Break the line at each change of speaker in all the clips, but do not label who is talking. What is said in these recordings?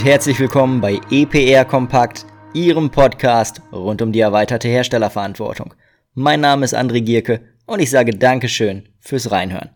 herzlich willkommen bei EPR Kompakt, Ihrem Podcast rund um die erweiterte Herstellerverantwortung. Mein Name ist André Gierke und ich sage Dankeschön fürs Reinhören.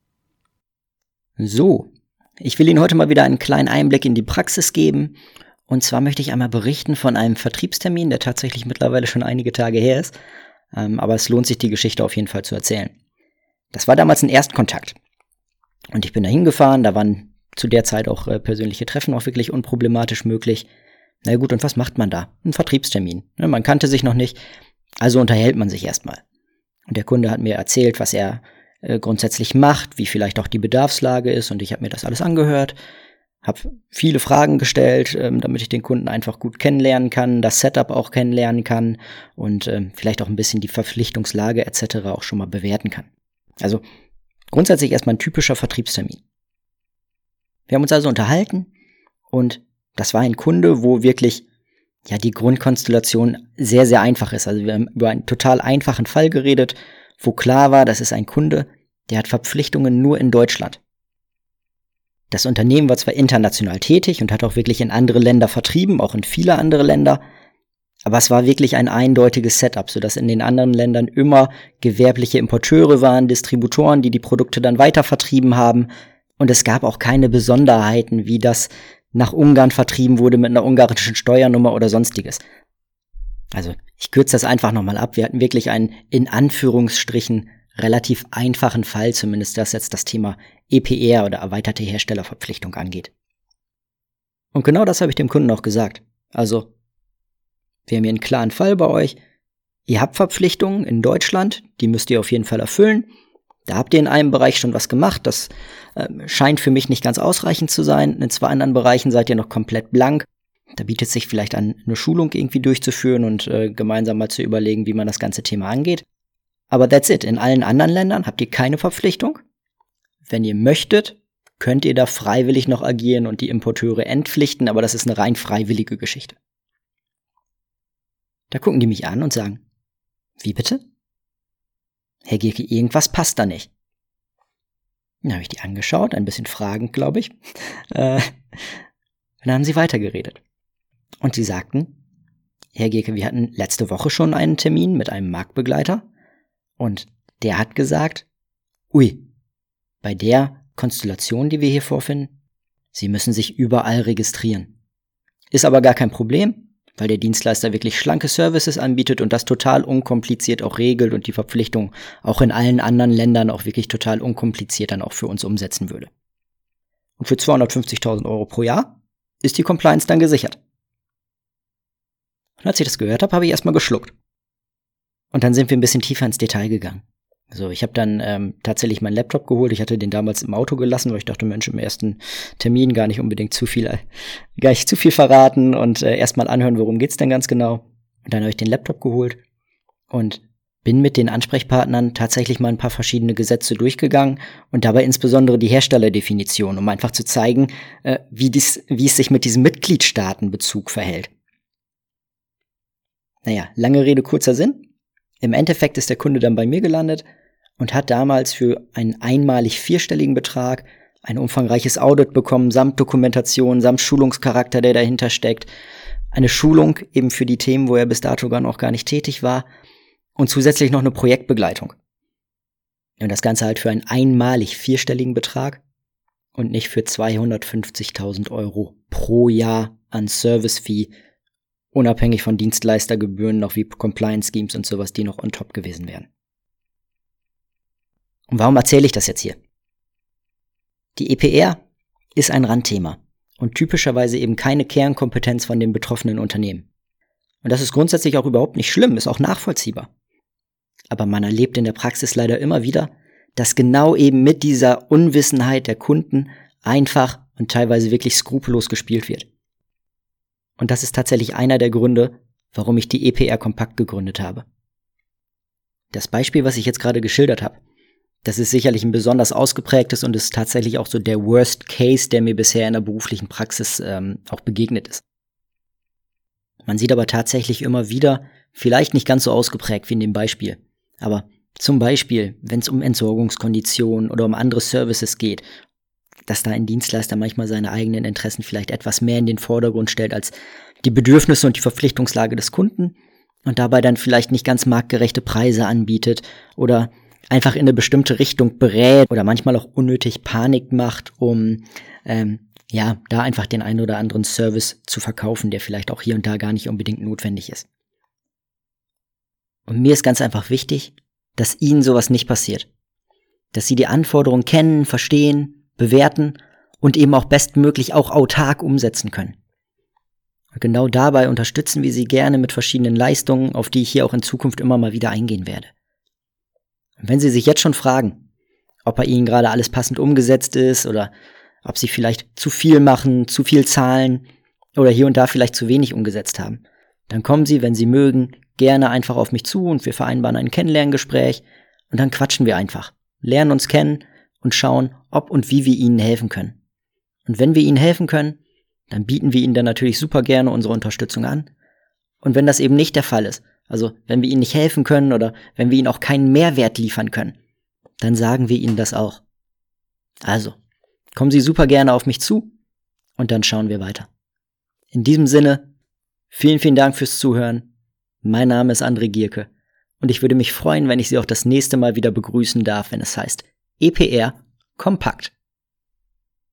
So, ich will Ihnen heute mal wieder einen kleinen Einblick in die Praxis geben. Und zwar möchte ich einmal berichten von einem Vertriebstermin, der tatsächlich mittlerweile schon einige Tage her ist. Aber es lohnt sich, die Geschichte auf jeden Fall zu erzählen. Das war damals ein Erstkontakt. Und ich bin da hingefahren, da waren zu der Zeit auch persönliche Treffen auch wirklich unproblematisch möglich. Na gut, und was macht man da? Ein Vertriebstermin. Man kannte sich noch nicht, also unterhält man sich erstmal. Und der Kunde hat mir erzählt, was er grundsätzlich macht, wie vielleicht auch die Bedarfslage ist, und ich habe mir das alles angehört, habe viele Fragen gestellt, damit ich den Kunden einfach gut kennenlernen kann, das Setup auch kennenlernen kann und vielleicht auch ein bisschen die Verpflichtungslage etc. auch schon mal bewerten kann. Also grundsätzlich erstmal ein typischer Vertriebstermin. Wir haben uns also unterhalten und das war ein Kunde, wo wirklich die Grundkonstellation sehr, sehr einfach ist. Also wir haben über einen total einfachen Fall geredet, wo klar war, das ist ein Kunde, der hat Verpflichtungen nur in Deutschland. Das Unternehmen war zwar international tätig und hat auch wirklich in andere Länder vertrieben, auch in viele andere Länder, aber es war wirklich ein eindeutiges Setup, sodass in den anderen Ländern immer gewerbliche Importeure waren, Distributoren, die Produkte dann weiter vertrieben haben. Und es gab auch keine Besonderheiten, wie das nach Ungarn vertrieben wurde mit einer ungarischen Steuernummer oder sonstiges. Also ich kürze das einfach nochmal ab. Wir hatten wirklich einen, in Anführungsstrichen, relativ einfachen Fall, zumindest was jetzt das Thema EPR oder erweiterte Herstellerverpflichtung angeht. Und genau das habe ich dem Kunden auch gesagt. Also, wir haben hier einen klaren Fall bei euch. Ihr habt Verpflichtungen in Deutschland, die müsst ihr auf jeden Fall erfüllen. Da habt ihr in einem Bereich schon was gemacht, das scheint für mich nicht ganz ausreichend zu sein. In zwei anderen Bereichen seid ihr noch komplett blank. Da bietet sich vielleicht an, eine Schulung irgendwie durchzuführen und gemeinsam mal zu überlegen, wie man das ganze Thema angeht. Aber that's it. In allen anderen Ländern habt ihr keine Verpflichtung. Wenn ihr möchtet, könnt ihr da freiwillig noch agieren und die Importeure entpflichten, aber das ist eine rein freiwillige Geschichte. Da gucken die mich an und sagen, wie bitte? Herr Gierke, irgendwas passt da nicht. Dann habe ich die angeschaut, ein bisschen fragend, glaube ich. Dann haben sie weitergeredet. Und sie sagten, Herr Gierke, wir hatten letzte Woche schon einen Termin mit einem Marktbegleiter und der hat gesagt, ui, bei der Konstellation, die wir hier vorfinden, Sie müssen sich überall registrieren. Ist aber gar kein Problem, weil der Dienstleister wirklich schlanke Services anbietet und das total unkompliziert auch regelt und die Verpflichtung auch in allen anderen Ländern auch wirklich total unkompliziert dann auch für uns umsetzen würde. Und für 250.000 € pro Jahr ist die Compliance dann gesichert. Und als ich das gehört habe, habe ich erstmal geschluckt. Und dann sind wir ein bisschen tiefer ins Detail gegangen. Also ich habe dann tatsächlich meinen Laptop geholt. Ich hatte den damals im Auto gelassen, weil ich dachte, Mensch, im ersten Termin gar nicht unbedingt zu viel verraten und erstmal anhören, worum geht's denn ganz genau. Und dann habe ich den Laptop geholt und bin mit den Ansprechpartnern tatsächlich mal ein paar verschiedene Gesetze durchgegangen und dabei insbesondere die Herstellerdefinition, um einfach zu zeigen, wie es sich mit diesem Mitgliedstaatenbezug verhält. Naja, lange Rede, kurzer Sinn. Im Endeffekt ist der Kunde dann bei mir gelandet und hat damals für einen einmalig vierstelligen Betrag ein umfangreiches Audit bekommen, samt Dokumentation, samt Schulungscharakter, der dahinter steckt. Eine Schulung eben für die Themen, wo er bis dato noch gar nicht tätig war und zusätzlich noch eine Projektbegleitung. Und das Ganze halt für einen einmalig vierstelligen Betrag und nicht für 250.000 € pro Jahr an Service-Fee, unabhängig von Dienstleistergebühren noch wie Compliance-Schemes und sowas, die noch on top gewesen wären. Und warum erzähle ich das jetzt hier? Die EPR ist ein Randthema und typischerweise eben keine Kernkompetenz von den betroffenen Unternehmen. Und das ist grundsätzlich auch überhaupt nicht schlimm, ist auch nachvollziehbar. Aber man erlebt in der Praxis leider immer wieder, dass genau eben mit dieser Unwissenheit der Kunden einfach und teilweise wirklich skrupellos gespielt wird. Und das ist tatsächlich einer der Gründe, warum ich die EPR Kompakt gegründet habe. Das Beispiel, was ich jetzt gerade geschildert habe, das ist sicherlich ein besonders ausgeprägtes und ist tatsächlich auch so der Worst Case, der mir bisher in der beruflichen Praxis auch begegnet ist. Man sieht aber tatsächlich immer wieder, vielleicht nicht ganz so ausgeprägt wie in dem Beispiel, aber zum Beispiel, wenn es um Entsorgungskonditionen oder um andere Services geht, dass da ein Dienstleister manchmal seine eigenen Interessen vielleicht etwas mehr in den Vordergrund stellt als die Bedürfnisse und die Verpflichtungslage des Kunden und dabei dann vielleicht nicht ganz marktgerechte Preise anbietet oder einfach in eine bestimmte Richtung berät oder manchmal auch unnötig Panik macht, um da einfach den einen oder anderen Service zu verkaufen, der vielleicht auch hier und da gar nicht unbedingt notwendig ist. Und mir ist ganz einfach wichtig, dass Ihnen sowas nicht passiert. Dass Sie die Anforderungen kennen, verstehen, bewerten und eben auch bestmöglich auch autark umsetzen können. Und genau dabei unterstützen wir Sie gerne mit verschiedenen Leistungen, auf die ich hier auch in Zukunft immer mal wieder eingehen werde. Und wenn Sie sich jetzt schon fragen, ob bei Ihnen gerade alles passend umgesetzt ist oder ob Sie vielleicht zu viel machen, zu viel zahlen oder hier und da vielleicht zu wenig umgesetzt haben, dann kommen Sie, wenn Sie mögen, gerne einfach auf mich zu und wir vereinbaren ein Kennenlerngespräch und dann quatschen wir einfach, lernen uns kennen und schauen, ob und wie wir Ihnen helfen können. Und wenn wir Ihnen helfen können, dann bieten wir Ihnen dann natürlich super gerne unsere Unterstützung an. Und wenn das eben nicht der Fall ist, also wenn wir Ihnen nicht helfen können oder wenn wir Ihnen auch keinen Mehrwert liefern können, dann sagen wir Ihnen das auch. Also, kommen Sie super gerne auf mich zu und dann schauen wir weiter. In diesem Sinne, vielen, vielen Dank fürs Zuhören. Mein Name ist André Gierke und ich würde mich freuen, wenn ich Sie auch das nächste Mal wieder begrüßen darf, wenn es heißt EPR Kompakt.